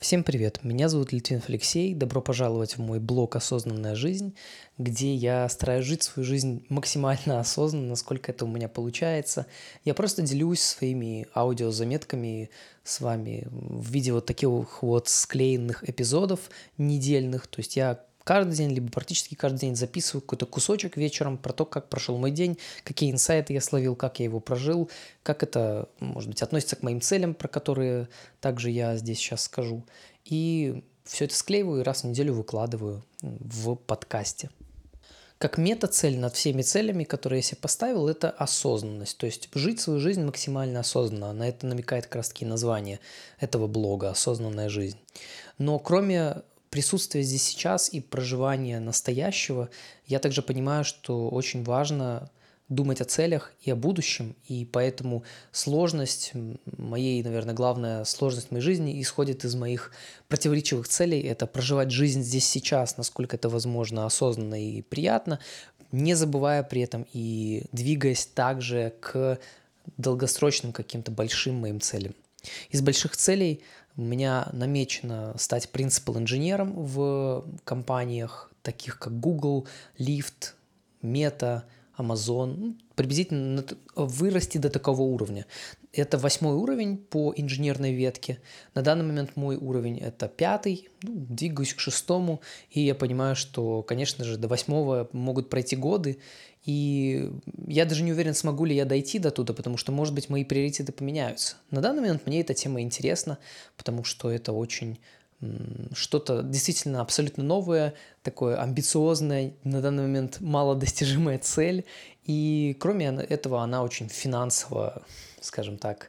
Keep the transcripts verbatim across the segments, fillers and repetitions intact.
Всем привет, меня зовут Литвинов Алексей, добро пожаловать в мой блог «Осознанная жизнь», где я стараюсь жить свою жизнь максимально осознанно, насколько это у меня получается. Я просто делюсь своими аудиозаметками с вами в виде вот таких вот склеенных эпизодов недельных, то есть я каждый день, либо практически каждый день записываю какой-то кусочек вечером про то, как прошел мой день, какие инсайты я словил, как я его прожил, как это, может быть, относится к моим целям, про которые также я здесь сейчас скажу. И все это склеиваю и раз в неделю выкладываю в подкасте. Как мета-цель над всеми целями, которые я себе поставил, это осознанность. То есть жить свою жизнь максимально осознанно. На это намекает как раз-таки название этого блога «Осознанная жизнь». Но кроме присутствия здесь сейчас и проживания настоящего, я также понимаю, что очень важно думать о целях и о будущем, и поэтому сложность моей, наверное, главная сложность моей жизни исходит из моих противоречивых целей. Это проживать жизнь здесь сейчас, насколько это возможно, осознанно и приятно, не забывая при этом и двигаясь также к долгосрочным каким-то большим моим целям. Из больших целей у меня намечено стать принципал-инженером в компаниях, таких как Google, Lyft, Meta, Amazon, приблизительно вырасти до такого уровня. Это восьмой уровень по инженерной ветке. На данный момент мой уровень это пятый, ну, двигаюсь к шестому, и я понимаю, что, конечно же, до восьмого могут пройти годы, и я даже не уверен, смогу ли я дойти до туда, потому что, может быть, мои приоритеты поменяются. На данный момент мне эта тема интересна, потому что это очень что-то действительно абсолютно новое, такое амбициозное, на данный момент малодостижимая цель. И кроме этого она очень финансово, скажем так,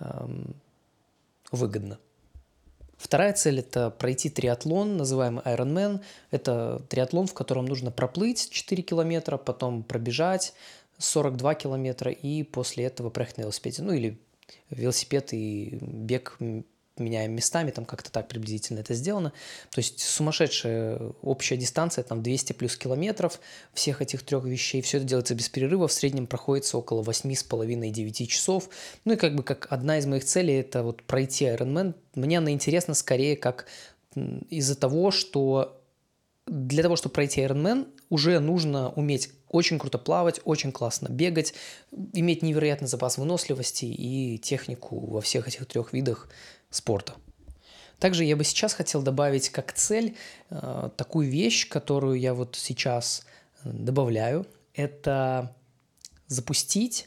выгодна. Вторая цель – это пройти триатлон, называемый Ironman. Это триатлон, в котором нужно проплыть четыре километра, потом пробежать сорок два километра и после этого проехать на велосипеде. Ну или велосипед и бег меняем местами, там как-то так приблизительно это сделано. То есть сумасшедшая общая дистанция, там двести плюс километров всех этих трех вещей. Все это делается без перерыва, в среднем проходится около восемь с половиной - девять часов. Ну и как бы как одна из моих целей это вот пройти Ironman. Мне она интересна скорее как из-за того, что для того, чтобы пройти Ironman, уже нужно уметь очень круто плавать, очень классно бегать, иметь невероятный запас выносливости и технику во всех этих трех видах спорта. Также я бы сейчас хотел добавить как цель э, такую вещь, которую я вот сейчас добавляю. Это запустить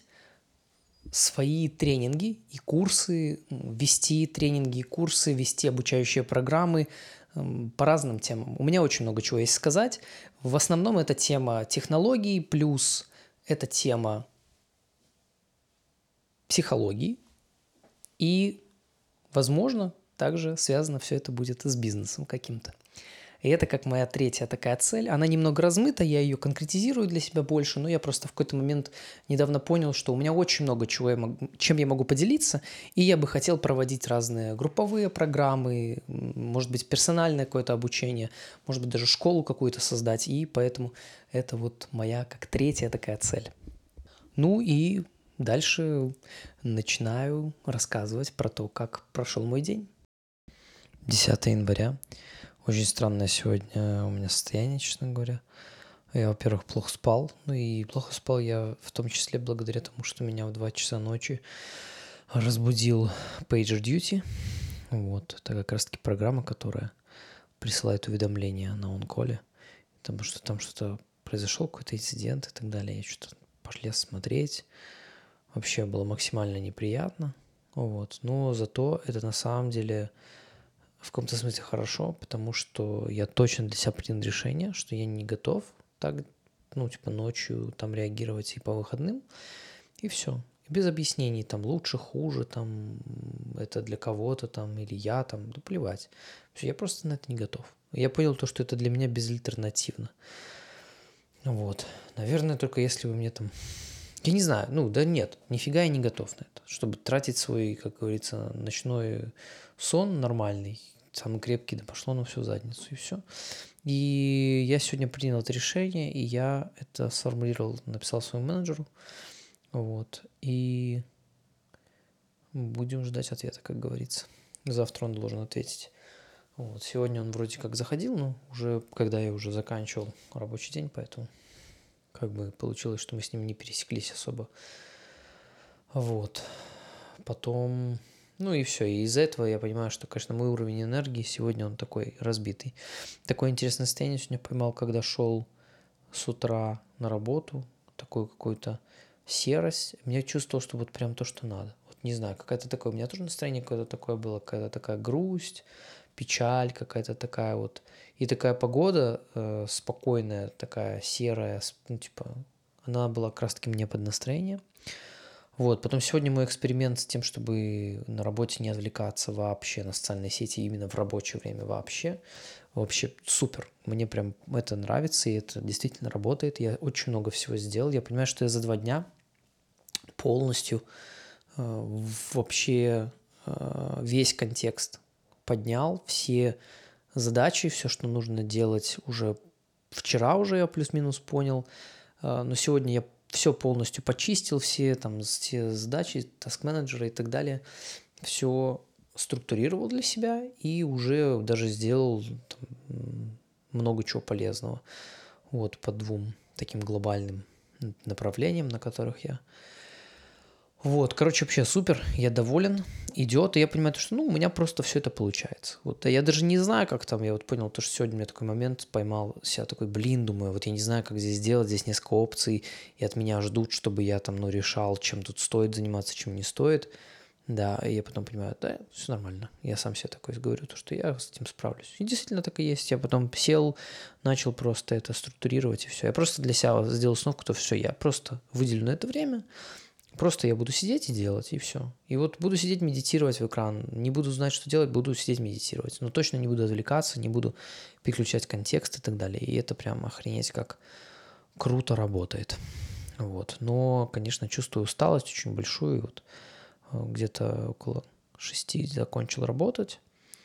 свои тренинги и курсы, вести тренинги и курсы, вести обучающие программы по разным темам. У меня очень много чего есть сказать. В основном это тема технологий, плюс это тема психологии. И, возможно, также связано все это будет и с бизнесом каким-то. И это как моя третья такая цель. Она немного размыта, я ее конкретизирую для себя больше, но я просто в какой-то момент недавно понял, что у меня очень много чего я могу, чем я могу поделиться, и я бы хотел проводить разные групповые программы, может быть, персональное какое-то обучение, может быть, даже школу какую-то создать, и поэтому это вот моя как третья такая цель. Ну и дальше начинаю рассказывать про то, как прошел мой день. десятое января. Очень странное сегодня у меня состояние, честно говоря. Я, во-первых, плохо спал. Ну и плохо спал я в том числе благодаря тому, что меня в два часа ночи разбудил PagerDuty. Вот. Это как раз-таки программа, которая присылает уведомления на он-коле. Потому что там что-то произошел, какой-то инцидент и так далее. Я что-то полез смотреть. Вообще было максимально неприятно. Вот. Но зато это на самом деле в каком-то смысле хорошо, потому что я точно для себя принял решение, что я не готов так, ну, типа, ночью там реагировать и по выходным, и все. И без объяснений, там, лучше, хуже, там, это для кого-то, там, или я, там, да плевать. Все, я просто на это не готов. Я понял то, что это для меня безальтернативно. Вот. Наверное, только если вы мне там... Я не знаю, ну, да нет, нифига я не готов на это. Чтобы тратить свой, как говорится, ночной сон нормальный, самый крепкий, да пошло на всю задницу, и все. И я сегодня принял это решение, и я это сформулировал, написал своему менеджеру, вот, и будем ждать ответа, как говорится. Завтра он должен ответить. Вот, сегодня он вроде как заходил, но уже когда я уже заканчивал рабочий день, поэтому как бы получилось, что мы с ним не пересеклись особо. Вот. Потом, ну и все. И из-за этого я понимаю, что, конечно, мой уровень энергии сегодня он такой разбитый. Такое интересное состояние сегодня поймал, когда шел с утра на работу, такую какую-то серость. Я чувствовал, что вот прям то, что надо. Вот не знаю, какая-то такое, у меня тоже настроение какое-то такое было, какая-то такая грусть, печаль какая-то такая вот. И такая погода э, спокойная, такая серая, ну, типа, она была как раз-таки мне под настроение. Вот, потом сегодня мой эксперимент с тем, чтобы на работе не отвлекаться вообще на социальные сети именно в рабочее время вообще. Вообще супер. Мне прям это нравится, и это действительно работает. Я очень много всего сделал. Я понимаю, что я за два дня полностью э, вообще э, весь контекст поднял, все задачи, все, что нужно делать уже вчера уже я плюс-минус понял, э, но сегодня я все полностью почистил, все там все задачи, таск-менеджеры и так далее, все структурировал для себя и уже даже сделал там, много чего полезного. Вот по двум таким глобальным направлениям, на которых я. Вот, короче, вообще супер, я доволен, идет, и я понимаю, что, ну, у меня просто все это получается. Вот, а я даже не знаю, как там, я вот понял, то, что сегодня у меня такой момент, поймал себя такой, блин, думаю, вот я не знаю, как здесь сделать, здесь несколько опций, и от меня ждут, чтобы я там, ну, решал, чем тут стоит заниматься, чем не стоит. Да, и я потом понимаю, да, все нормально. Я сам себе такой говорю, то, что я с этим справлюсь. И действительно так и есть. Я потом сел, начал просто это структурировать, и все. Я просто для себя сделал установку, то все, я просто выделю на это время, просто я буду сидеть и делать, и все. И вот буду сидеть, медитировать в экран. Не буду знать, что делать, буду сидеть, медитировать. Но точно не буду отвлекаться, не буду переключать контекст и так далее. И это прям охренеть как круто работает. Вот. Но, конечно, чувствую усталость очень большую. Вот где-то около шести закончил работать.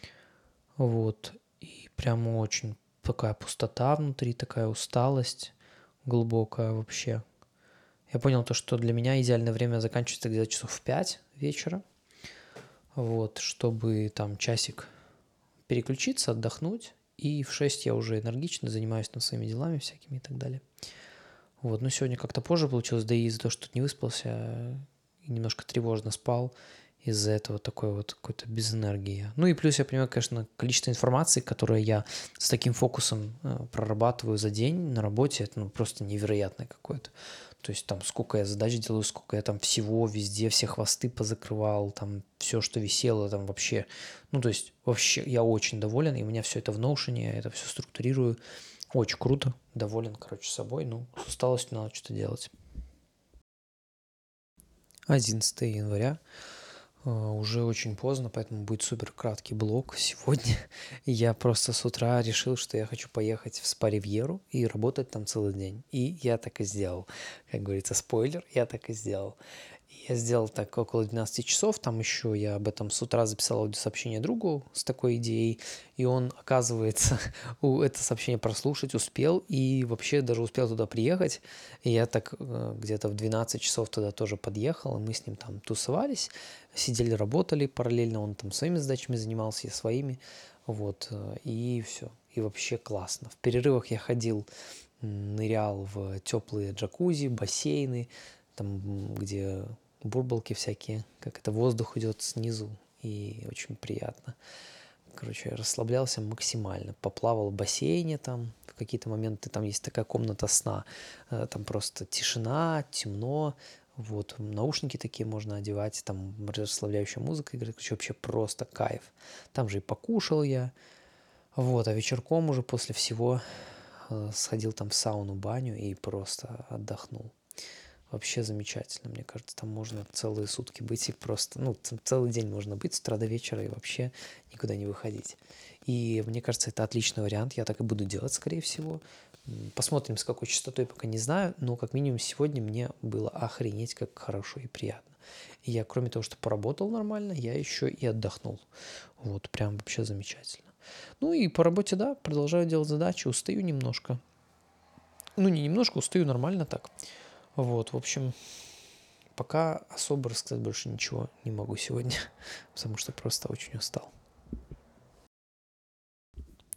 Вот. И прямо очень такая пустота внутри, такая усталость глубокая вообще. Я понял то, что для меня идеальное время заканчивается где-то часов в пять вечера. Вот, чтобы там часик переключиться, отдохнуть. И в шесть я уже энергично занимаюсь там своими делами всякими и так далее. Вот, но сегодня как-то позже получилось, да и из-за того, что не выспался, и немножко тревожно спал, из-за этого такой вот какой-то без энергии. Ну и плюс я понимаю, конечно, количество информации, которое я с таким фокусом э, прорабатываю за день на работе, это ну, просто невероятное какое-то. То есть там сколько я задач делаю, сколько я там всего везде, все хвосты позакрывал, там все, что висело, там вообще. Ну то есть вообще я очень доволен, и у меня все это в Notion, я это все структурирую. Очень круто, доволен, короче, собой. Ну, с усталостью надо что-то делать. одиннадцатое января. Уже очень поздно, поэтому будет супер краткий блог сегодня. Я просто с утра решил, что я хочу поехать в Спа-Ривьеру и работать там целый день. И я так и сделал. Как говорится, спойлер, я так и сделал. Я сделал так около двенадцати часов, там еще я об этом с утра записал аудиосообщение другу с такой идеей, и он, оказывается, это сообщение прослушать успел, и вообще даже успел туда приехать, и я так где-то в двенадцать часов туда тоже подъехал, и мы с ним там тусовались, сидели, работали параллельно, он там своими задачами занимался, я своими, вот, и все, и вообще классно. В перерывах я ходил, нырял в теплые джакузи, бассейны, там, где бурбалки всякие, как это воздух идет снизу, и очень приятно. Короче, я расслаблялся максимально, поплавал в бассейне там, в какие-то моменты там есть такая комната сна, там просто тишина, темно, вот, наушники такие можно одевать, там расслабляющая музыка играет, короче, вообще просто кайф. Там же и покушал я, вот, а вечерком уже после всего сходил там в сауну, баню и просто отдохнул. Вообще замечательно, мне кажется, там можно целые сутки быть и просто, ну, целый день можно быть с утра до вечера и вообще никуда не выходить. И мне кажется, это отличный вариант, я так и буду делать, скорее всего. Посмотрим, с какой частотой, пока не знаю, но как минимум сегодня мне было охренеть как хорошо и приятно. И я, кроме того, что поработал нормально, я еще и отдохнул. Вот, прям вообще замечательно. Ну и по работе, да, продолжаю делать задачи, устаю немножко. Ну, не немножко, устаю нормально так. Вот, в общем, пока особо рассказать больше ничего не могу сегодня, потому что просто очень устал.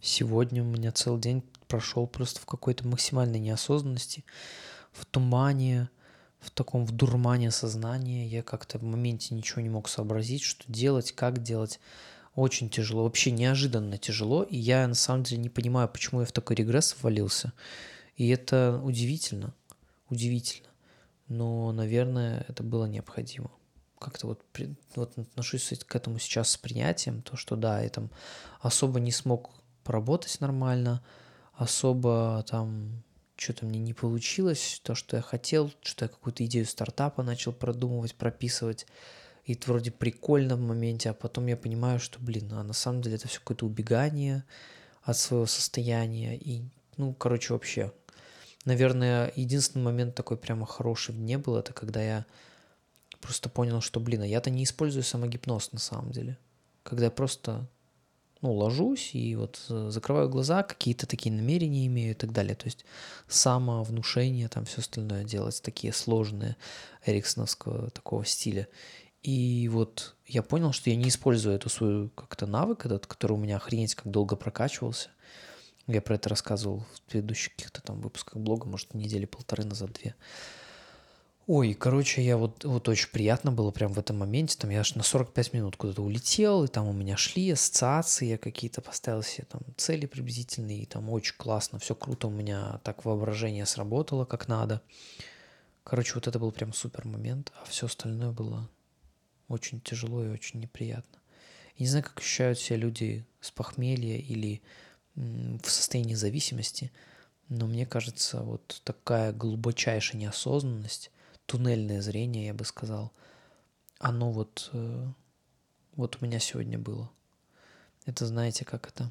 Сегодня у меня целый день прошел просто в какой-то максимальной неосознанности, в тумане, в таком в дурмане сознания. Я как-то в моменте ничего не мог сообразить, что делать, как делать. Очень тяжело, вообще неожиданно тяжело. И я на самом деле не понимаю, почему я в такой регресс ввалился. И это удивительно, удивительно. Но, наверное, это было необходимо. Как-то вот, при, вот отношусь к этому сейчас с принятием, то, что да, я там особо не смог поработать нормально, особо там что-то мне не получилось, то, что я хотел, что я какую-то идею стартапа начал продумывать, прописывать, и это вроде прикольно в моменте, а потом я понимаю, что, блин, а на самом деле это все какое-то убегание от своего состояния, и, ну, короче, вообще. Наверное, единственный момент такой прямо хороший в дне был, это когда я просто понял, что, блин, а я-то не использую самогипноз на самом деле. Когда я просто, ну, ложусь и вот закрываю глаза, какие-то такие намерения имею и так далее. То есть самовнушение, там все остальное делать, такие сложные эриксоновского такого стиля. И вот я понял, что я не использую эту свою как-то навык, этот, который у меня охренеть как долго прокачивался. Я про это рассказывал в предыдущих каких-то там выпусках блога, может, недели полторы назад, две. Ой, короче, я вот, вот очень приятно было прям в этом моменте, там я аж на сорок пять минут куда-то улетел, и там у меня шли ассоциации, я какие-то поставил себе там цели приблизительные, и там очень классно, все круто, у меня так воображение сработало как надо. Короче, вот это был прям супер момент, а все остальное было очень тяжело и очень неприятно. Я не знаю, как ощущают себя люди с похмелья или м, в состоянии зависимости, но мне кажется, вот такая глубочайшая неосознанность, туннельное зрение, я бы сказал, оно вот, э, вот у меня сегодня было. Это, знаете, как это?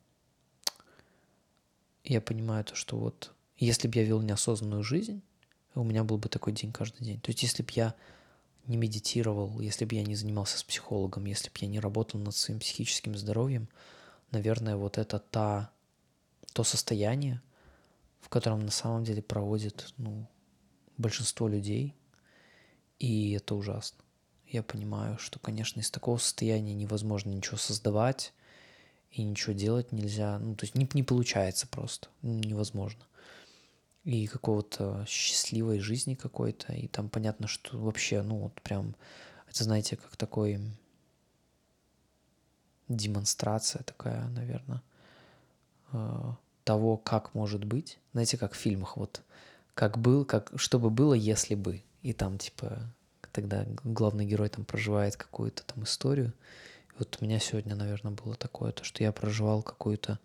Я понимаю то, что вот если бы я вел неосознанную жизнь, у меня был бы такой день каждый день. То есть если бы я не медитировал, если бы я не занимался с психологом, если бы я не работал над своим психическим здоровьем, наверное, вот это та, то состояние, в котором на самом деле проводит, ну, большинство людей, и это ужасно. Я понимаю, что, конечно, из такого состояния невозможно ничего создавать, и ничего делать нельзя. Ну, то есть не, не получается просто, невозможно. И какого-то счастливой жизни какой-то, и там понятно, что вообще, ну, вот прям, это, знаете, как такой демонстрация такая, наверное, того, как может быть. Знаете, как в фильмах, вот, как был, как, что бы было, если бы. И там, типа, тогда главный герой там проживает какую-то там историю. И вот у меня сегодня, наверное, было такое, то, что я проживал какую-то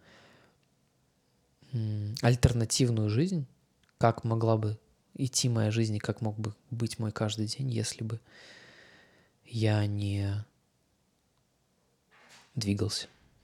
м, альтернативную жизнь, как могла бы идти моя жизнь, и как мог бы быть мой каждый день, если бы я не двигался.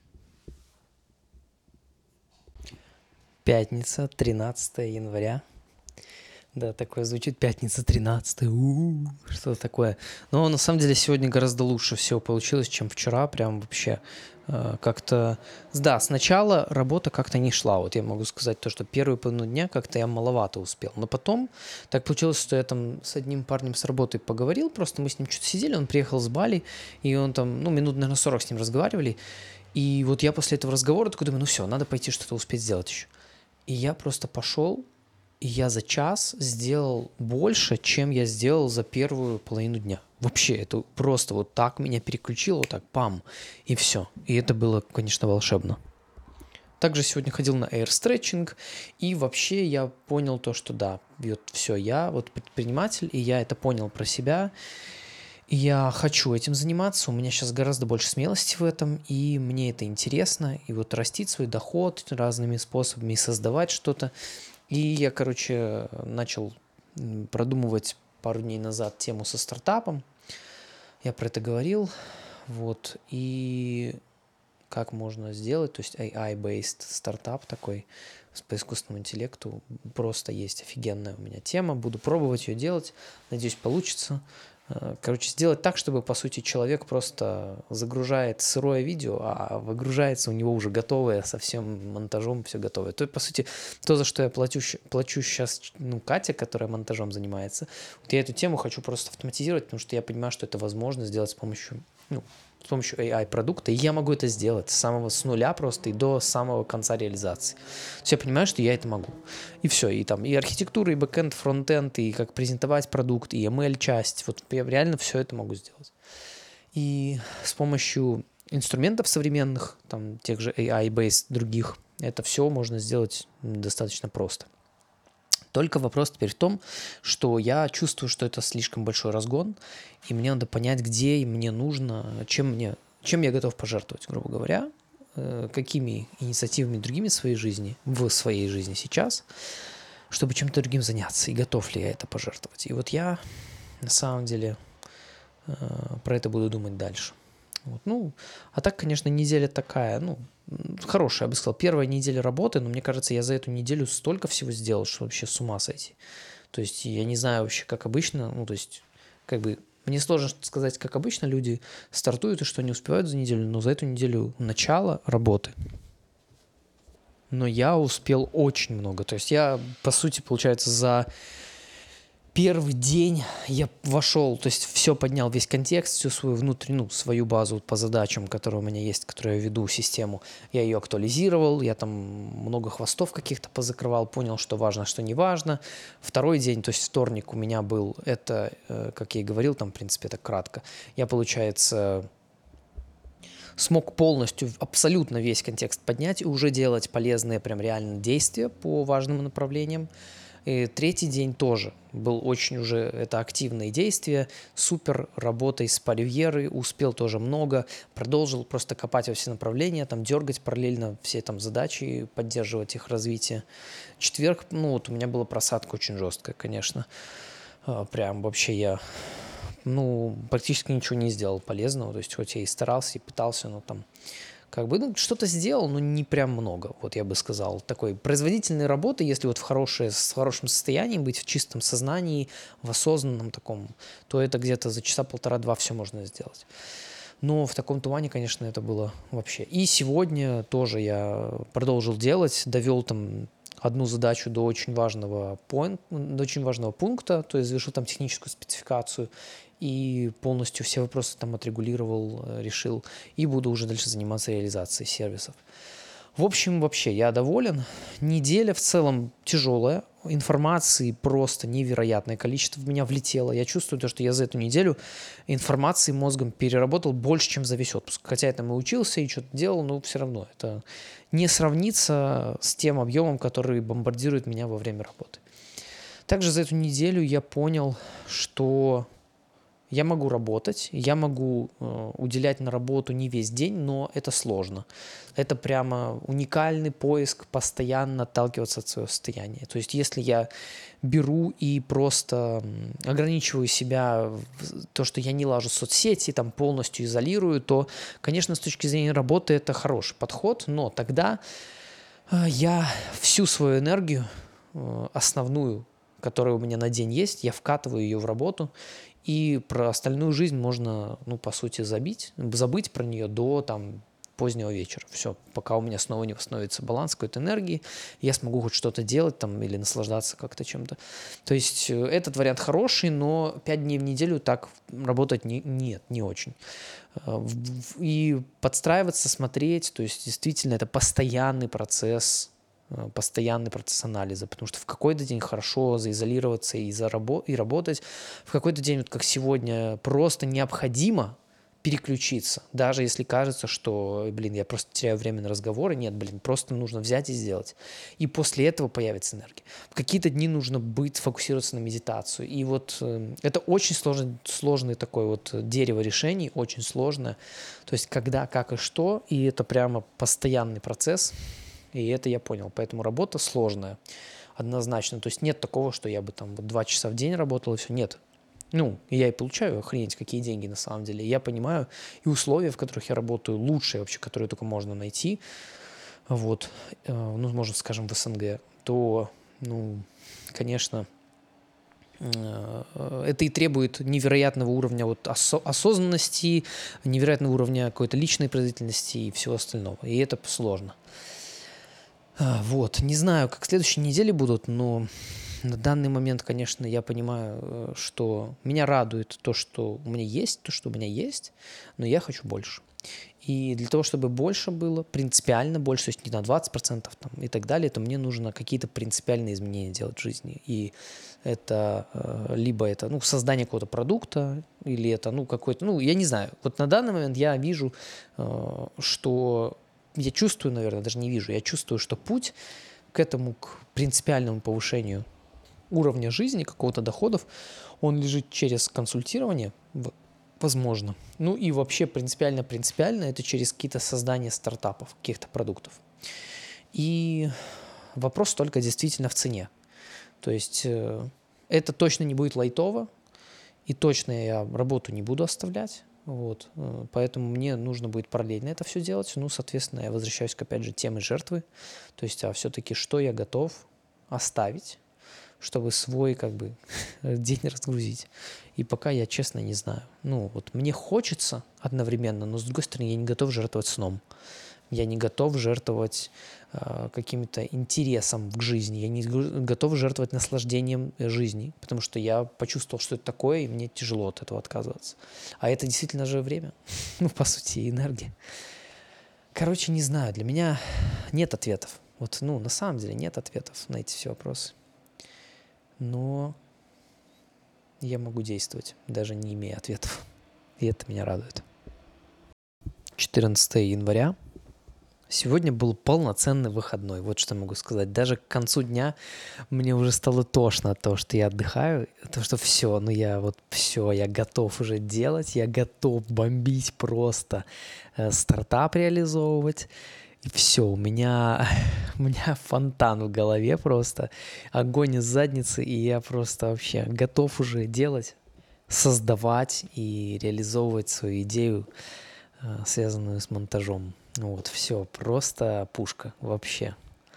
Пятница, тринадцатое января. Да, такое звучит, пятница тринадцатое, у-у-у, что-то такое. Но на самом деле сегодня гораздо лучше всего получилось, чем вчера, прям вообще э, как-то... Да, сначала работа как-то не шла, вот я могу сказать то, что первую половину дня как-то я маловато успел, но потом так получилось, что я там с одним парнем с работы поговорил, просто мы с ним что-то сидели, он приехал с Бали, и он там, ну, минут, наверное, сорок с ним разговаривали, и вот я после этого разговора такой думаю, ну все, надо пойти что-то успеть сделать еще. И я просто пошел, и я за час сделал больше, чем я сделал за первую половину дня. Вообще, это просто вот так меня переключило, вот так, пам, и все. И это было, конечно, волшебно. Также сегодня ходил на эйр-стретчинг, и вообще я понял то, что да, вот все, я вот предприниматель, и я это понял про себя, и я хочу этим заниматься, у меня сейчас гораздо больше смелости в этом, и мне это интересно, и вот растить свой доход разными способами, и создавать что-то. И я, короче, начал продумывать пару дней назад тему со стартапом. Я про это говорил. Вот. И как можно сделать, то есть эй ай-based стартап такой по искусственному интеллекту. Просто есть офигенная у меня тема. Буду пробовать ее делать. Надеюсь, получится. Короче, сделать так, чтобы, по сути, человек просто загружает сырое видео, а выгружается у него уже готовое, со всем монтажом все готовое. То есть, по сути, то, за что я плачу, плачу сейчас, ну, Катя, которая монтажом занимается, вот я эту тему хочу просто автоматизировать, потому что я понимаю, что это возможно сделать с помощью, ну, с помощью эй ай-продукта, и я могу это сделать с самого с нуля просто и до самого конца реализации. То есть я понимаю, что я это могу. И все, и там и архитектура, и бэкэнд, фронтенд, и как презентовать продукт, и эм эл-часть. Вот я реально все это могу сделать. И с помощью инструментов современных, там тех же эй ай-based других, это все можно сделать достаточно просто. Только вопрос теперь в том, что я чувствую, что это слишком большой разгон, и мне надо понять, где мне нужно, чем, мне, чем я готов пожертвовать, грубо говоря, какими инициативами другими в своей жизни, в своей жизни сейчас, чтобы чем-то другим заняться, и готов ли я это пожертвовать. И вот я на самом деле про это буду думать дальше. Вот. Ну, а так, конечно, неделя такая, ну, хорошая, я бы сказал, первая неделя работы, но мне кажется, я за эту неделю столько всего сделал, что вообще с ума сойти. То есть я не знаю вообще, как обычно, ну, то есть, как бы, мне сложно сказать, как обычно люди стартуют и что не успевают за неделю, но за эту неделю начало работы. Но я успел очень много. То есть я, по сути, получается, за первый день я вошел, то есть все поднял, весь контекст, всю свою внутреннюю, ну, свою базу по задачам, которые у меня есть, которые я веду, систему. Я ее актуализировал, я там много хвостов каких-то позакрывал, понял, что важно, что не важно. Второй день, то есть вторник у меня был, это, как я и говорил, там, в принципе, это кратко. Я, получается, смог полностью, абсолютно весь контекст поднять и уже делать полезные прям реально действия по важным направлениям. И третий день тоже был очень уже, это активные действия, супер работой с Поливьерой, успел тоже много, продолжил просто копать во все направления, там дергать параллельно все там задачи, поддерживать их развитие. Четверг, ну вот у меня была просадка очень жесткая, конечно, прям вообще я, ну, практически ничего не сделал полезного, то есть хоть я и старался, и пытался, но там как бы, ну, что-то сделал, но не прям много, вот я бы сказал. Такой производительной работы, если вот в хорошее, с хорошим состоянием быть, в чистом сознании, в осознанном таком, то это где-то за часа полтора-два все можно сделать. Но в таком тумане, конечно, это было вообще. И сегодня тоже я продолжил делать, довел там одну задачу до очень важного, point, до очень важного пункта, то есть завершил там техническую спецификацию, и полностью все вопросы там отрегулировал, решил, и буду уже дальше заниматься реализацией сервисов. В общем, вообще, я доволен. Неделя в целом тяжелая, информации просто невероятное количество в меня влетело. Я чувствую то, что я за эту неделю информации мозгом переработал больше, чем за весь отпуск. Хотя я там и учился, и что-то делал, но все равно это не сравнится с тем объемом, который бомбардирует меня во время работы. Также за эту неделю я понял, что я могу работать, я могу э, уделять на работу не весь день, но это сложно. Это прямо уникальный поиск, постоянно отталкиваться от своего состояния. То есть если я беру и просто ограничиваю себя, в то, что я не лажу в соцсети, там полностью изолирую, то, конечно, с точки зрения работы это хороший подход, но тогда э, я всю свою энергию, э, основную, которая у меня на день есть, я вкатываю ее в работу, и про остальную жизнь можно, ну, по сути, забить, забыть про нее до там позднего вечера. Все, пока у меня снова не восстановится баланс какой-то энергии, я смогу хоть что-то делать там или наслаждаться как-то чем-то. То есть этот вариант хороший, но пять дней в неделю так работать не, нет, не очень. И подстраиваться, смотреть, то есть действительно это постоянный процесс, постоянный процесс анализа, потому что в какой-то день хорошо заизолироваться и, зарабо- и работать, в какой-то день, вот как сегодня, просто необходимо переключиться, даже если кажется, что, блин, я просто теряю время на разговоры, нет, блин, просто нужно взять и сделать. И после этого появится энергия. В какие-то дни нужно быть, сфокусироваться на медитацию. И вот э, это очень сложный, сложный такой вот дерево решений, очень сложное. То есть когда, как и что, и это прямо постоянный процесс. И это я понял. Поэтому работа сложная, однозначно. То есть нет такого, что я бы там вот два часа в день работал и все. Нет. Ну, и я и получаю охренеть какие деньги на самом деле. Я понимаю и условия, в которых я работаю, лучшие вообще, которые только можно найти, вот, ну, можно, скажем, в СНГ, то, ну, конечно, это и требует невероятного уровня вот осо- осознанности, невероятного уровня какой-то личной производительности и всего остального. И это сложно. А, Вот, не знаю, как следующие недели будут, но на данный момент, конечно, я понимаю, э, что меня радует то, что у меня есть, то, что у меня есть, но я хочу больше. И для того, чтобы больше было, принципиально больше, то есть не на двадцать процентов там, и так далее, то мне нужно какие-то принципиальные изменения делать в жизни. И это э, либо это ну, создание какого-то продукта, или это ну, какой-то, ну, я не знаю. Вот на данный момент я вижу, э, что я чувствую, наверное, даже не вижу, я чувствую, что путь к этому, к принципиальному повышению уровня жизни, какого-то доходов, он лежит через консультирование, возможно. Ну и вообще принципиально-принципиально это через какие-то создания стартапов, каких-то продуктов. И вопрос только действительно в цене. То есть э, это точно не будет лайтово, и точно я работу не буду оставлять. Вот. э, Поэтому мне нужно будет параллельно это все делать. Ну, соответственно, я возвращаюсь к, опять же, теме жертвы. То есть, а все-таки что я готов оставить, чтобы свой, как бы, день разгрузить. И пока я, честно, не знаю. Ну, вот мне хочется одновременно, но, с другой стороны, я не готов жертвовать сном. Я не готов жертвовать э, каким-то интересом к жизни. Я не готов жертвовать наслаждением жизни, потому что я почувствовал, что это такое, и мне тяжело от этого отказываться. А это действительно же время. Ну, по сути, энергия. Короче, не знаю. Для меня нет ответов. Вот, ну, на самом деле нет ответов на эти все вопросы. Но я могу действовать, даже не имея ответов. И это меня радует. четырнадцатое января. Сегодня был полноценный выходной, вот что могу сказать. Даже к концу дня мне уже стало тошно от того, что я отдыхаю, от того, что все, ну я вот все, я готов уже делать, я готов бомбить просто, э, стартап реализовывать. И все, у меня, у меня фонтан в голове просто, огонь из задницы, и я просто вообще готов уже делать, создавать и реализовывать свою идею, э, связанную с монтажом. Вот, все, просто пушка вообще.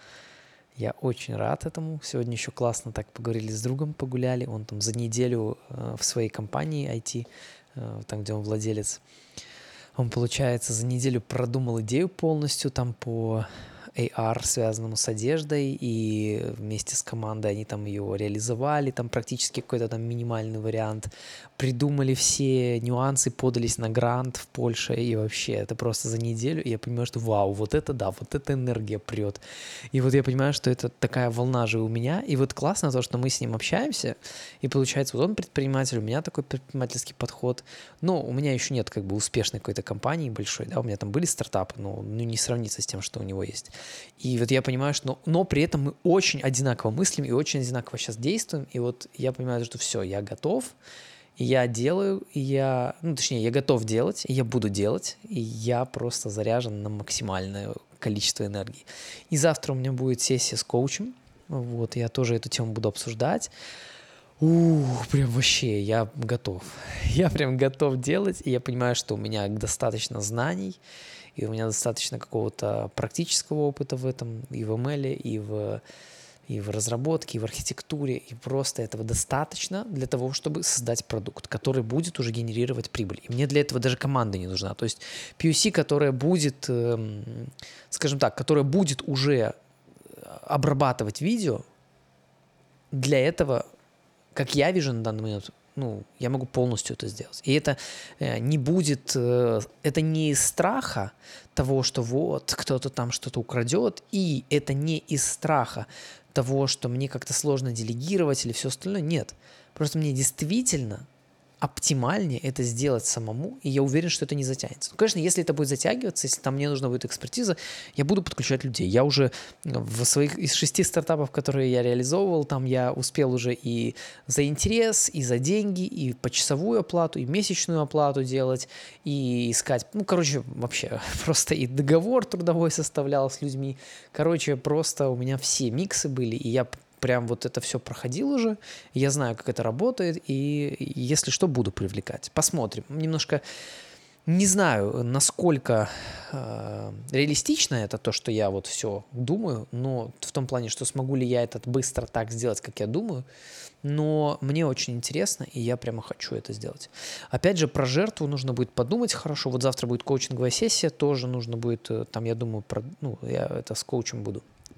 Я очень рад этому. Сегодня еще классно так поговорили с другом, погуляли. Он там за неделю э, в своей компании ай ти, э, там, где он владелец, он, получается, за неделю продумал идею полностью там по эй ар, связанному с одеждой, и вместе с командой они там ее реализовали, там практически какой-то там минимальный вариант, придумали все нюансы, подались на грант в Польше, и вообще это просто за неделю, и я понимаю, что вау, вот это да, вот эта энергия прет. И вот я понимаю, что это такая волна же у меня, и вот классно то, что мы с ним общаемся, и получается, вот он предприниматель, у меня такой предпринимательский подход, но у меня еще нет как бы успешной какой-то компании большой, да, у меня там были стартапы, но ну, не сравнится с тем, что у него есть. И вот я понимаю, что, но, но при этом мы очень одинаково мыслим и очень одинаково сейчас действуем, и вот я понимаю, что все, я готов, и я делаю, и я, ну, точнее, я готов делать, и я буду делать, и я просто заряжен на максимальное количество энергии. И завтра у меня будет сессия с коучем, вот, я тоже эту тему буду обсуждать. Ух, прям вообще, я готов. Я прям готов делать, и я понимаю, что у меня достаточно знаний, и у меня достаточно какого-то практического опыта в этом, и в эм эл, и в, и в разработке, и в архитектуре, и просто этого достаточно для того, чтобы создать продукт, который будет уже генерировать прибыль. И мне для этого даже команда не нужна. То есть пи ю си, которая будет, эм, скажем так, которая будет уже обрабатывать видео, для этого, как я вижу на данный момент, ну, я могу полностью это сделать. И это э, не будет, э, это не из страха того, что вот кто-то там что-то украдет, и это не из страха того, что мне как-то сложно делегировать или все остальное. Нет. Просто мне действительно оптимальнее это сделать самому, и я уверен, что это не затянется. Ну, конечно, если это будет затягиваться, если там мне нужна будет экспертиза, я буду подключать людей. Я уже в своих из шести стартапов, которые я реализовывал, там я успел уже и за интерес, и за деньги, и почасовую оплату, и месячную оплату делать, и искать, ну, короче, вообще просто и договор трудовой составлял с людьми. Короче, просто у меня все миксы были, и я прям вот это все проходил уже, я знаю, как это работает, и если что, буду привлекать. Посмотрим. Немножко не знаю, насколько э, реалистично это то, что я вот все думаю, но в том плане, что смогу ли я это быстро так сделать, как я думаю, но мне очень интересно, и я прямо хочу это сделать. Опять же, про жертву нужно будет подумать хорошо. Вот завтра будет коучинговая сессия, тоже нужно будет, там, я думаю, про, ну, я это с коучем буду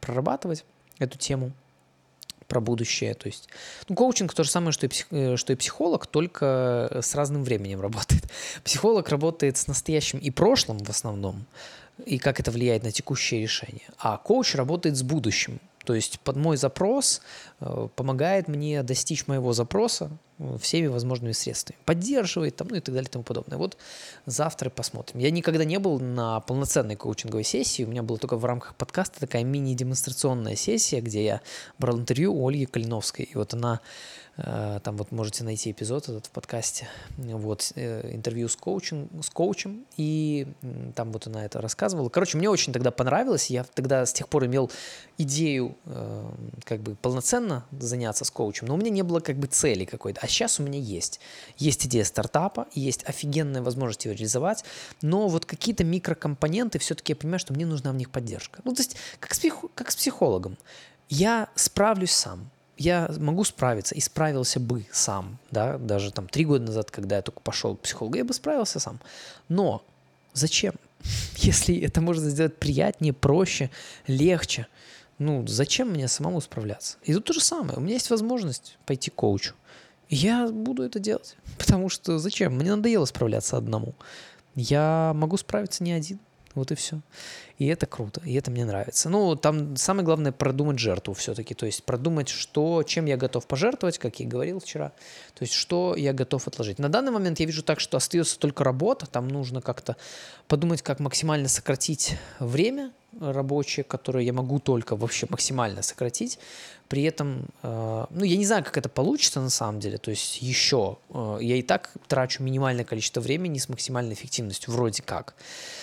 прорабатывать эту тему про будущее. То есть, ну, коучинг то же самое, что и, псих, что и психолог, только с разным временем работает. Психолог работает с настоящим и прошлым в основном, и как это влияет на текущее решение. А коуч работает с будущим. То есть под мой запрос э, помогает мне достичь моего запроса э, всеми возможными средствами. Поддерживает, там, ну и так далее и тому подобное. Вот завтра посмотрим. Я никогда не был на полноценной коучинговой сессии. У меня была только в рамках подкаста такая мини-демонстрационная сессия, где я брал интервью у Ольги Калиновской. И вот она, э, там вот можете найти эпизод этот в подкасте, вот, э, интервью с, коучем, с коучем. И э, там вот она это рассказывала. Короче, мне очень тогда понравилось. Я тогда с тех пор имел идею э, как бы полноценно заняться с коучем, но у меня не было как бы цели какой-то. А сейчас у меня есть. Есть идея стартапа, есть офигенная возможность его реализовать, но вот какие-то микрокомпоненты все-таки я понимаю, что мне нужна в них поддержка. Ну, то есть как с, псих, как с психологом. Я справлюсь сам. Я могу справиться и справился бы сам, да, даже там три года назад, когда я только пошел к психологу, я бы справился сам. Но зачем? Если это можно сделать приятнее, проще, легче, ну, зачем мне самому справляться? И тут то же самое. У меня есть возможность пойти к коучу. И я буду это делать. Потому что зачем? Мне надоело справляться одному. Я могу справиться не один. Вот и все. И это круто, и это мне нравится. Ну, там самое главное продумать жертву все-таки. То есть продумать, что, чем я готов пожертвовать, как я и говорил вчера. То есть что я готов отложить. На данный момент я вижу так, что остается только работа. Там нужно как-то подумать, как максимально сократить время рабочее, которое я могу только вообще максимально сократить. При этом, э, ну, я не знаю, как это получится на самом деле. То есть еще э, я и так трачу минимальное количество времени с максимальной эффективностью, вроде как.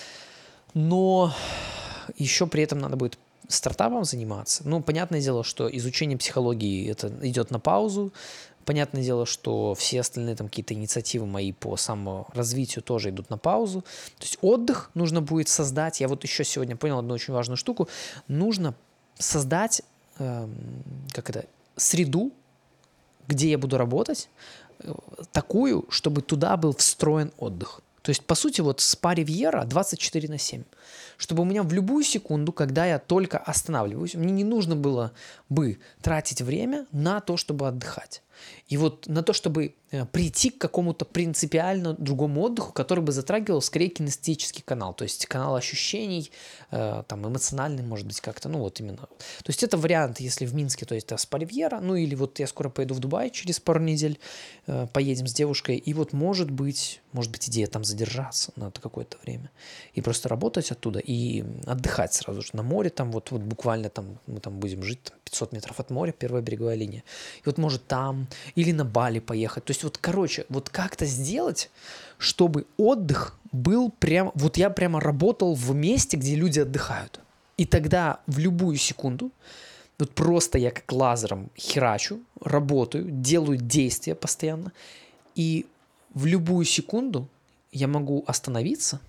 Но еще при этом надо будет стартапом заниматься. Ну, понятное дело, что изучение психологии это идет на паузу. Понятное дело, что все остальные там какие-то инициативы мои по саморазвитию тоже идут на паузу. То есть отдых нужно будет создать. Я вот еще сегодня понял одну очень важную штуку. Нужно создать, э, как это, среду, где я буду работать, э, такую, чтобы туда был встроен отдых. То есть, по сути, вот спа Ривьера двадцать четыре на семь. Чтобы у меня в любую секунду, когда я только останавливаюсь, мне не нужно было бы тратить время на то, чтобы отдыхать. И вот на то, чтобы э, прийти к какому-то принципиально другому отдыху, который бы затрагивал скорее кинестетический канал, то есть канал ощущений, э, там эмоциональный, может быть, как-то, ну вот именно. То есть это вариант, если в Минске, то есть это спа Ривьера, ну или вот я скоро поеду в Дубай через пару недель, э, поедем с девушкой, и вот может быть, может быть идея там задержаться на какое-то время и просто работать оттуда и отдыхать сразу же на море, там вот, вот буквально там мы там будем жить там, пятьсот метров от моря, первая береговая линия, и вот может там или на Бали поехать. То есть вот, короче, вот как-то сделать, чтобы отдых был прям... Вот я прямо работал в месте, где люди отдыхают. И тогда в любую секунду вот просто я как лазером херачу, работаю, делаю действия постоянно. И в любую секунду я могу остановиться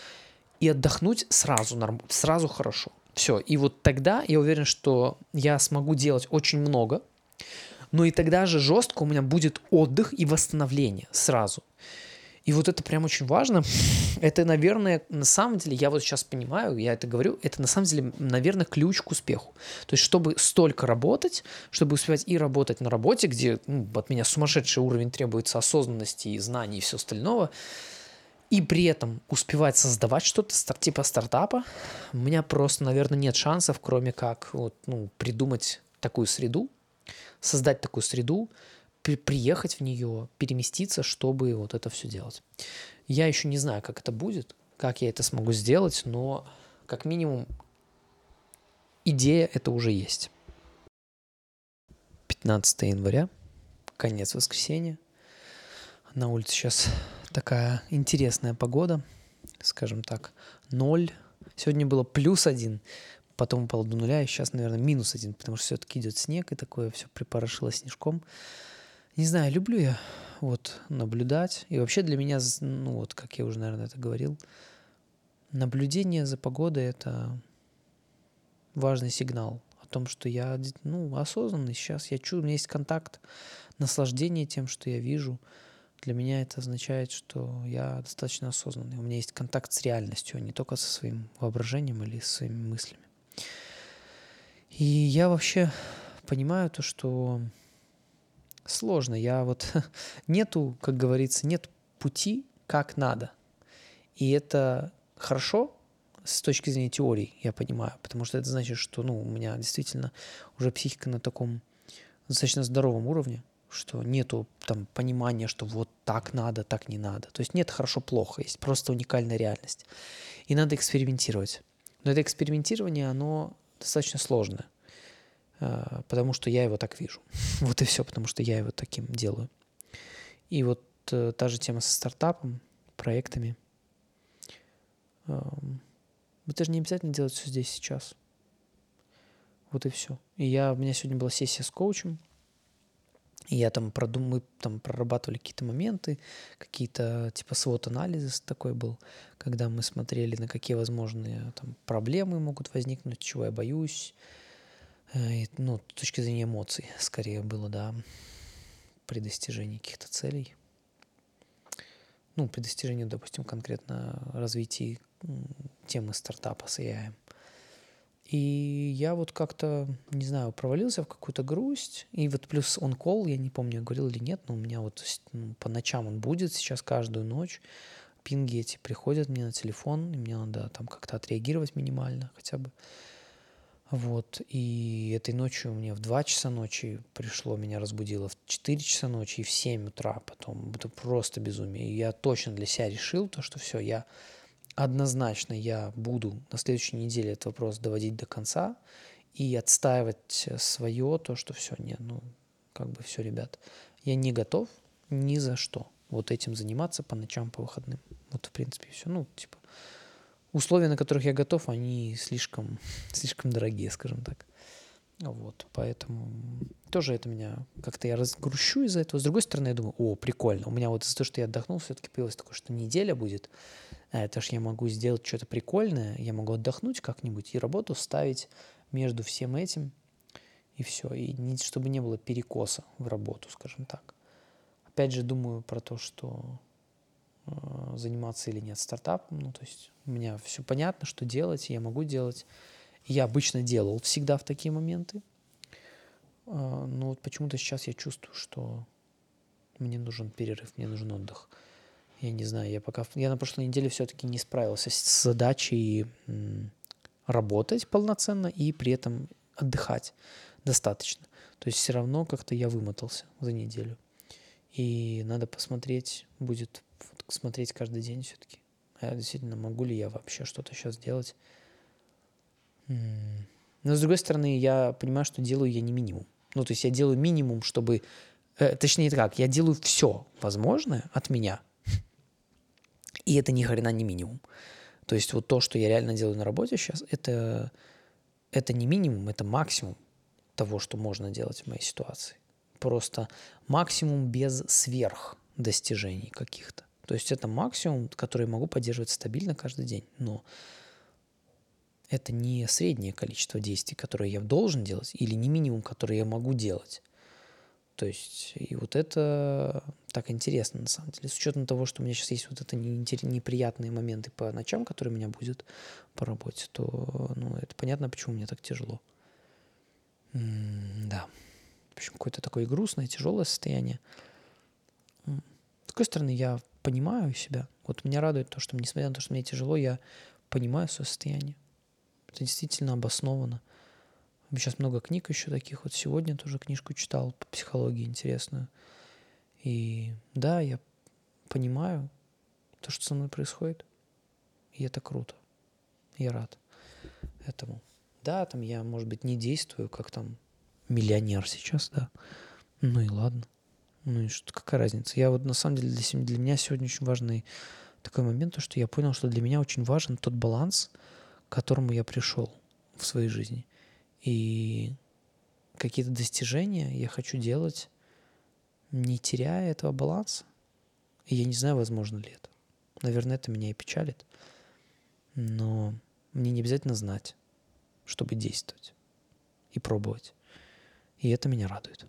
и отдохнуть сразу, норм... сразу хорошо. Все. И вот тогда я уверен, что я смогу делать очень много, но и тогда же жестко у меня будет отдых и восстановление сразу. И вот это прям очень важно. Это, наверное, на самом деле, я вот сейчас понимаю, я это говорю, это на самом деле, наверное, ключ к успеху. То есть, чтобы столько работать, чтобы успевать и работать на работе, где ну, от меня сумасшедший уровень требуется осознанности и знаний и все остального, и при этом успевать создавать что-то типа стартапа, у меня просто, наверное, нет шансов, кроме как вот, ну, придумать такую среду, создать такую среду, при- приехать в нее, переместиться, чтобы вот это все делать. Я еще не знаю, как это будет, как я это смогу сделать, но как минимум идея это уже есть. пятнадцатое января, конец воскресенья. На улице сейчас такая интересная погода, скажем так, ноль. Сегодня было плюс один, потом упало до нуля, и сейчас, наверное, минус один, потому что все-таки идет снег, и такое все припорошило снежком. Не знаю, люблю я вот наблюдать. И вообще для меня, ну вот, как я уже, наверное, это говорил, наблюдение за погодой – это важный сигнал о том, что я, ну, осознанный сейчас. Я чувствую, у меня есть контакт, наслаждение тем, что я вижу. Для меня это означает, что я достаточно осознанный. У меня есть контакт с реальностью, а не только со своим воображением или со своими мыслями. И я вообще понимаю то, что сложно. Я вот нету, как говорится, нет пути, как надо. И это хорошо с точки зрения теории, я понимаю, потому что это значит, что ну, у меня действительно уже психика на таком достаточно здоровом уровне, что нету там понимания, что вот так надо, так не надо. То есть нет хорошо-плохо, есть просто уникальная реальность. И надо экспериментировать. Но это экспериментирование, оно достаточно сложное, потому что я его так вижу. Вот и все, потому что я его таким делаю. И вот э, та же тема со стартапом, проектами. Эм, это же не обязательно делать все здесь сейчас. Вот и все. И я, у меня сегодня была сессия с коучем, и я там продум, мы там прорабатывали какие-то моменты, какие-то типа свод-анализ такой был, когда мы смотрели, на какие возможные там проблемы могут возникнуть, чего я боюсь. И, ну, с точки зрения эмоций скорее было, да, при достижении каких-то целей. Ну, при достижении, допустим, конкретно развития темы стартапа с эй ай. И я вот как-то, не знаю, провалился в какую-то грусть. И вот плюс он-колл, я не помню, я говорил или нет, но у меня вот ну, по ночам он будет сейчас каждую ночь. Пинги эти приходят мне на телефон, и мне надо там как-то отреагировать минимально хотя бы. Вот, и этой ночью мне в два часа ночи пришло, меня разбудило в четыре часа ночи и в семь утра потом. Это просто безумие. И я точно для себя решил то, что все, я однозначно я буду на следующей неделе этот вопрос доводить до конца и отстаивать свое, то, что все, нет, ну, как бы все, ребят, я не готов ни за что вот этим заниматься по ночам, по выходным. Вот, в принципе, все. Ну, типа, условия, на которых я готов, они слишком, слишком дорогие, скажем так. Вот, поэтому тоже это меня как-то я разгрущу из-за этого. С другой стороны, я думаю, о, прикольно. У меня вот из-за того, что я отдохнул, все-таки появилось такое, что неделя будет. А это ж я могу сделать что-то прикольное, я могу отдохнуть как-нибудь и работу ставить между всем этим, и все. И не, чтобы не было перекоса в работу, скажем так. Опять же, думаю про то, что э, заниматься или нет стартапом. Ну, то есть у меня все понятно, что делать, я могу делать. Я обычно делал всегда в такие моменты. Но вот почему-то сейчас я чувствую, что мне нужен перерыв, мне нужен отдых. Я не знаю, я пока... Я на прошлой неделе все-таки не справился с задачей м, работать полноценно и при этом отдыхать достаточно. То есть все равно как-то я вымотался за неделю. И надо посмотреть, будет смотреть каждый день все-таки. А действительно, могу ли я вообще что-то сейчас делать? Но, с другой стороны, я понимаю, что делаю я не минимум. Ну, то есть я делаю минимум, чтобы... Э, точнее так, я делаю все возможное от меня. И это ни хрена не минимум. То есть вот то, что я реально делаю на работе сейчас, это, это не минимум, это максимум того, что можно делать в моей ситуации. Просто максимум без сверхдостижений каких-то. То есть это максимум, который я могу поддерживать стабильно каждый день. Но это не среднее количество действий, которые я должен делать, или не минимум, который я могу делать. То есть, и вот это так интересно, на самом деле. С учетом того, что у меня сейчас есть вот это неприятные моменты по ночам, которые у меня будут по работе, то, ну, это понятно, почему мне так тяжело. М-да. В общем, какое-то такое грустное, тяжелое состояние. С другой стороны, я понимаю себя. Вот меня радует то, что, несмотря на то, что мне тяжело, я понимаю свое состояние. Это действительно обосновано. Сейчас много книг еще таких. Вот сегодня тоже книжку читал по психологии интересную. И да, я понимаю то, что со мной происходит. И это круто. Я рад этому. Да, там я, может быть, не действую, как там миллионер сейчас, да. Ну и ладно. Ну и что, какая разница? Я вот на самом деле для, для меня сегодня очень важный такой момент, то, что я понял, что для меня очень важен тот баланс, к которому я пришел в своей жизни. И какие-то достижения я хочу делать, не теряя этого баланса. И я не знаю, возможно ли это. Наверное, это меня и печалит. Но мне не обязательно знать, чтобы действовать и пробовать. И это меня радует.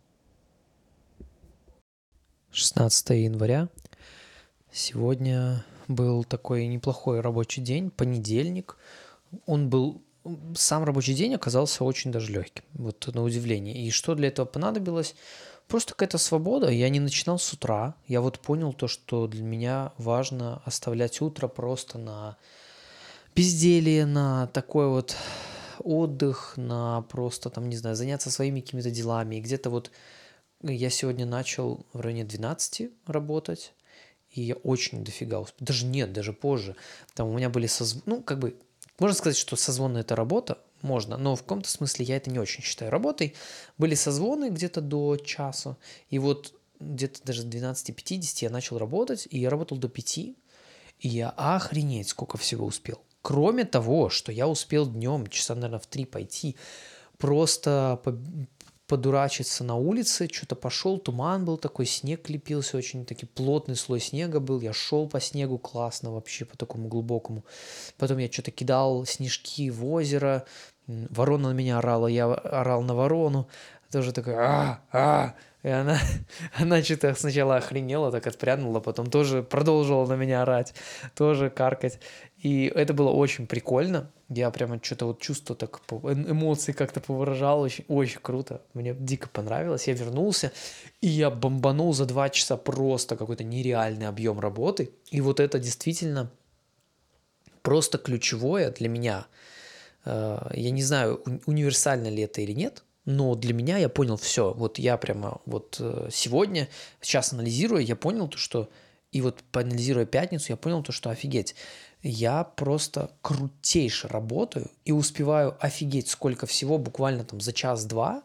шестнадцатое января. Сегодня был такой неплохой рабочий день, понедельник. Он был сам рабочий день оказался очень даже легким, вот на удивление. И что для этого понадобилось? Просто какая-то свобода. Я не начинал с утра. Я вот понял то, что для меня важно оставлять утро просто на безделье, на такой вот отдых, на просто там, не знаю, заняться своими какими-то делами. И где-то вот я сегодня начал в районе двенадцати работать, и я очень дофига успел. Даже нет, даже позже. Там у меня были созв... Ну, как бы, можно сказать, что созвоны – это работа, можно, но в каком-то смысле я это не очень считаю работой. Были созвоны где-то до часа, и вот где-то даже с двенадцати пятидесяти я начал работать, и я работал до пяти, и я охренеть сколько всего успел. Кроме того, что я успел днем часа, наверное, в три пойти, просто по- подурачиться на улице, что-то пошел, туман был такой, снег лепился, очень таки плотный слой снега был, я шел по снегу классно вообще, по такому глубокому. Потом я что-то кидал снежки в озеро, м, ворона на меня орала, я орал на ворону, тоже такой а а и она, она что-то сначала охренела, так отпрянула, потом тоже продолжила на меня орать, тоже каркать. И это было очень прикольно. Я прямо что-то вот чувство так, по- э- эмоции как-то повыражал. Очень, очень круто. Мне дико понравилось. Я вернулся, и я бомбанул за два часа просто какой-то нереальный объем работы. И вот это действительно просто ключевое для меня. Э, Я не знаю, у- универсально ли это или нет, но для меня я понял все. Вот я прямо вот э, сегодня, сейчас анализируя, я понял то, что... И вот поанализируя пятницу, я понял то, что офигеть. Я просто крутейше работаю и успеваю офигеть сколько всего буквально там за час-два,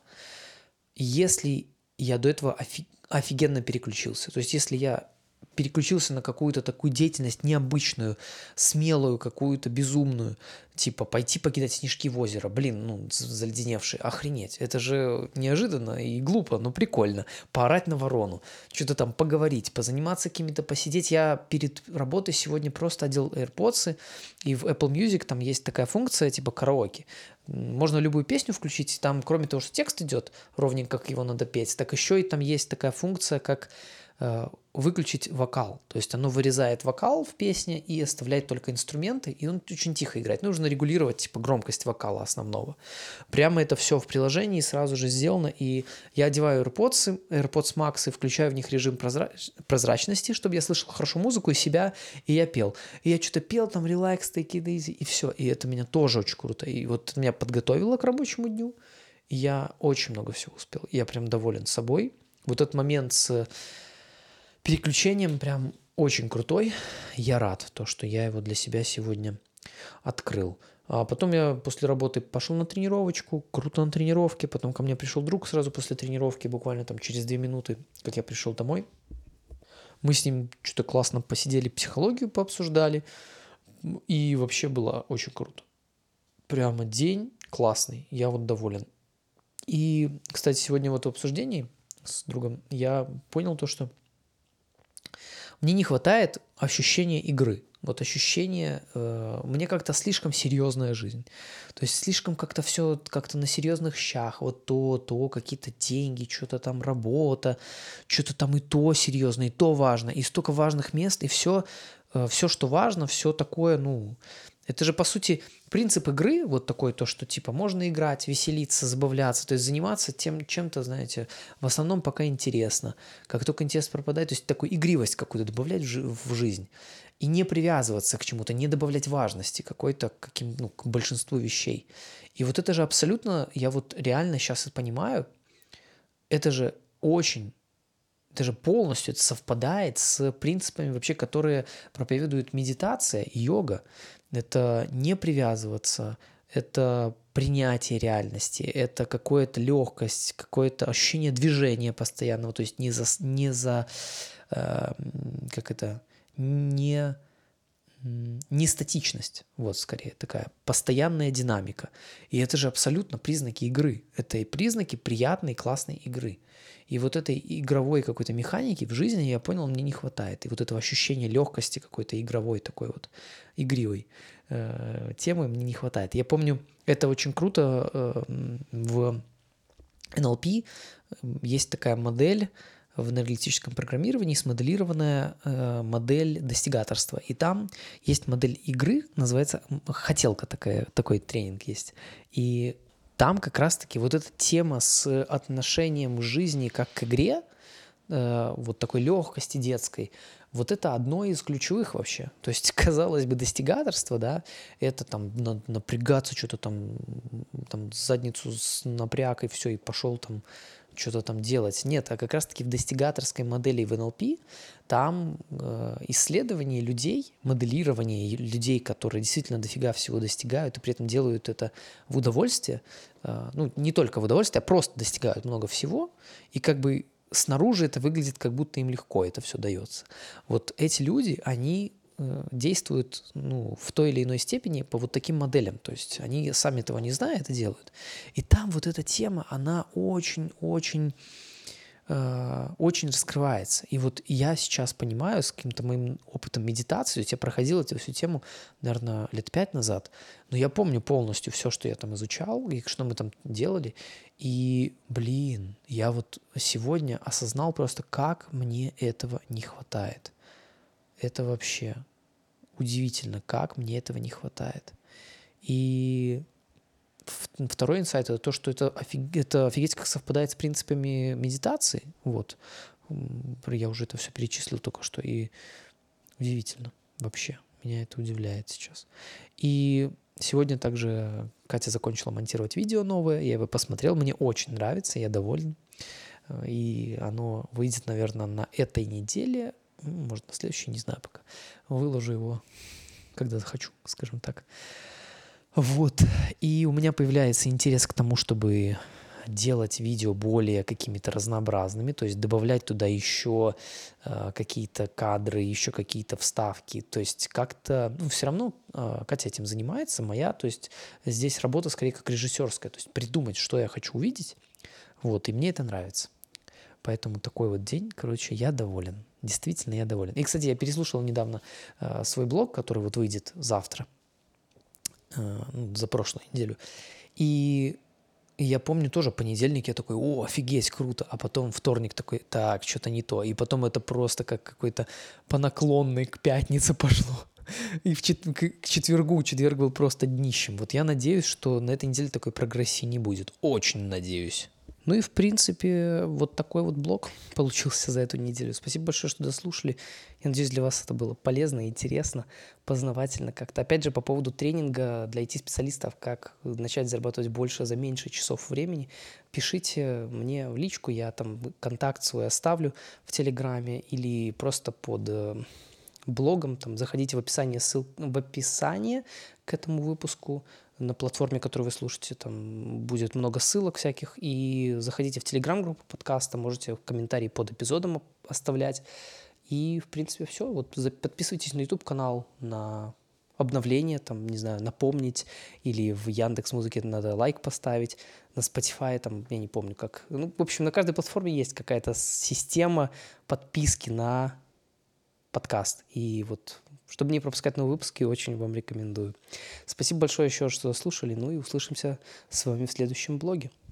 если я до этого офи- офигенно переключился. То есть если я переключился на какую-то такую деятельность необычную, смелую, какую-то безумную, типа пойти покидать снежки в озеро, блин, ну, з- заледеневший, охренеть, это же неожиданно и глупо, но прикольно, поорать на ворону, что-то там поговорить, позаниматься какими-то, посидеть. Я перед работой сегодня просто одел AirPods, и в Apple Music там есть такая функция, типа караоке. Можно любую песню включить, там, кроме того, что текст идет ровненько, как его надо петь, так еще и там есть такая функция, как э, выключить вокал. То есть оно вырезает вокал в песне и оставляет только инструменты, и он очень тихо играет. Нужно регулировать типа громкость вокала основного. Прямо это все в приложении сразу же сделано, и я одеваю AirPods, AirPods Max и включаю в них режим прозра... прозрачности, чтобы я слышал хорошо музыку и себя, и я пел. И я что-то пел там релакс, take it easy, и все. И это меня тоже очень круто. И вот это меня подготовило к рабочему дню, и я очень много всего успел. И я прям доволен собой. Вот этот момент с переключением прям очень крутой. Я рад, то, что я его для себя сегодня открыл. А потом я после работы пошел на тренировочку, круто на тренировке. Потом ко мне пришел друг сразу после тренировки, буквально там через две минуты, как я пришел домой. Мы с ним что-то классно посидели, психологию пообсуждали. И вообще было очень круто. Прямо день классный, я вот доволен. И, кстати, сегодня вот в обсуждении с другом я понял то, что мне не хватает ощущения игры. Вот ощущение, э, мне как-то слишком серьезная жизнь. То есть слишком как-то все как-то на серьезных щах. Вот то, то, какие-то деньги, что-то там работа, что-то там и то серьезно, и то важно, и столько важных мест, и все, э, все, что важно, все такое, ну, это же, по сути, принцип игры, вот такой, то, что, типа, можно играть, веселиться, забавляться, то есть заниматься тем чем-то, знаете, в основном пока интересно. Как только интерес пропадает, то есть такую игривость какую-то добавлять в, жи- в жизнь. И не привязываться к чему-то, не добавлять важности какой-то к каким, ну, к большинству вещей. И вот это же абсолютно, я вот реально сейчас понимаю, это же очень, это же полностью это совпадает с принципами вообще, которые проповедует медитация и йога. Это не привязываться, это принятие реальности, это какая-то легкость, какое-то ощущение движения постоянного, то есть не за, не за э, как это, не не статичность, вот скорее такая постоянная динамика. И это же абсолютно признаки игры. Это и признаки приятной, классной игры. И вот этой игровой какой-то механики в жизни, я понял, мне не хватает. И вот этого ощущения легкости какой-то игровой, такой вот игривой э, темы мне не хватает. Я помню, это очень круто э, в эн эл пи есть такая модель, в нейролингвистическом программировании смоделированная э, модель достигаторства. И там есть модель игры, называется «Хотелка», такая, такой тренинг есть. И там как раз-таки вот эта тема с отношением к жизни как к игре, э, вот такой легкости детской, вот это одно из ключевых вообще. То есть, казалось бы, достигаторство, да, это там надо напрягаться, что-то там, там задницу напряг и все, и пошел там что-то там делать. Нет, а как раз-таки в достигаторской модели в эн эл пи там э, исследование людей, моделирование людей, которые действительно дофига всего достигают и при этом делают это в удовольствие, э, ну, не только в удовольствие, а просто достигают много всего, и как бы снаружи это выглядит, как будто им легко это все дается. Вот эти люди, они э, действуют ну, в той или иной степени по вот таким моделям. То есть они сами этого не зная это делают. И там вот эта тема, она очень-очень э, очень раскрывается. И вот я сейчас понимаю с каким-то моим опытом медитации, то есть я проходил эту всю тему, наверное, лет пять назад, но я помню полностью все, что я там изучал и что мы там делали. И, блин, я вот сегодня осознал просто, как мне этого не хватает. Это вообще удивительно, как мне этого не хватает. И второй инсайт — это то, что это, офиг... это офигеть как совпадает с принципами медитации. Вот. Я уже это все перечислил только что. И удивительно вообще. Меня это удивляет сейчас. И сегодня также Катя закончила монтировать видео новое. Я его посмотрел. Мне очень нравится. Я доволен. И оно выйдет, наверное, на этой неделе. Может, на следующей, не знаю пока. Выложу его, когда захочу, скажем так. Вот. И у меня появляется интерес к тому, чтобы делать видео более какими-то разнообразными, то есть добавлять туда еще э, какие-то кадры, еще какие-то вставки, то есть как-то, ну, все равно э, Катя этим занимается, моя, то есть здесь работа скорее как режиссерская, то есть придумать, что я хочу увидеть, вот, и мне это нравится. Поэтому такой вот день, короче, я доволен, действительно я доволен. И, кстати, я переслушал недавно э, свой блог, который вот выйдет завтра, э, ну, за прошлую неделю, и И я помню тоже понедельник, я такой, о, офигеть, круто. А потом вторник такой, так, что-то не то. И потом это просто как какой-то по наклонной к пятнице пошло. И в чет- к четвергу, четверг был просто днищем. Вот я надеюсь, что на этой неделе такой прогрессии не будет. Очень надеюсь. Ну и, в принципе, вот такой вот блог получился за эту неделю. Спасибо большое, что дослушали. Я надеюсь, для вас это было полезно, интересно, познавательно как-то. Опять же, по поводу тренинга для ай ти-специалистов, как начать зарабатывать больше за меньше часов времени, пишите мне в личку, я там контакт свой оставлю в Телеграме или просто под блогом, там, заходите в описание, ссыл... в описание к этому выпуску, на платформе, которую вы слушаете, там будет много ссылок всяких, и заходите в телеграм-группу подкаста, можете комментарии под эпизодом оставлять, и, в принципе, все. Вот подписывайтесь на YouTube-канал, на обновления, там, не знаю, напомнить, или в Яндекс.Музыке надо лайк поставить, на Spotify, там, я не помню, как, ну, в общем, на каждой платформе есть какая-то система подписки на подкаст, и вот чтобы не пропускать новые выпуски, очень вам рекомендую. Спасибо большое еще, что слушали. Ну и услышимся с вами в следующем блоге.